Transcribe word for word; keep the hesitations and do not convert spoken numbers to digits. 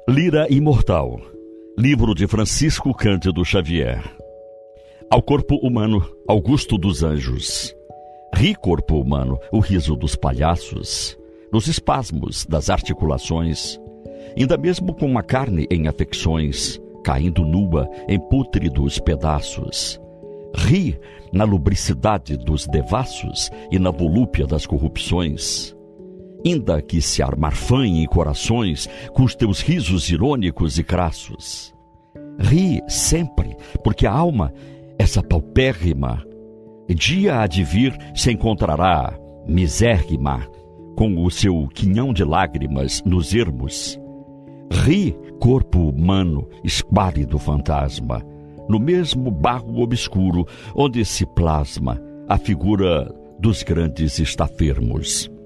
Lira Imortal, livro de Francisco Cândido Xavier. Ao corpo humano, Augusto dos Anjos. Ri, corpo humano, o riso dos palhaços, nos espasmos das articulações, ainda mesmo com a carne em afecções, caindo nua em pútridos pedaços. Ri na lubricidade dos devassos e na volúpia das corrupções. Ainda que se armarfanhe em corações com os teus risos irônicos e crassos. Ri sempre, porque a alma, essa paupérrima, dia há de vir se encontrará misérrima, com o seu quinhão de lágrimas nos ermos. Ri, corpo humano, esquálido fantasma, no mesmo barro obscuro onde se plasma a figura dos grandes estafermos.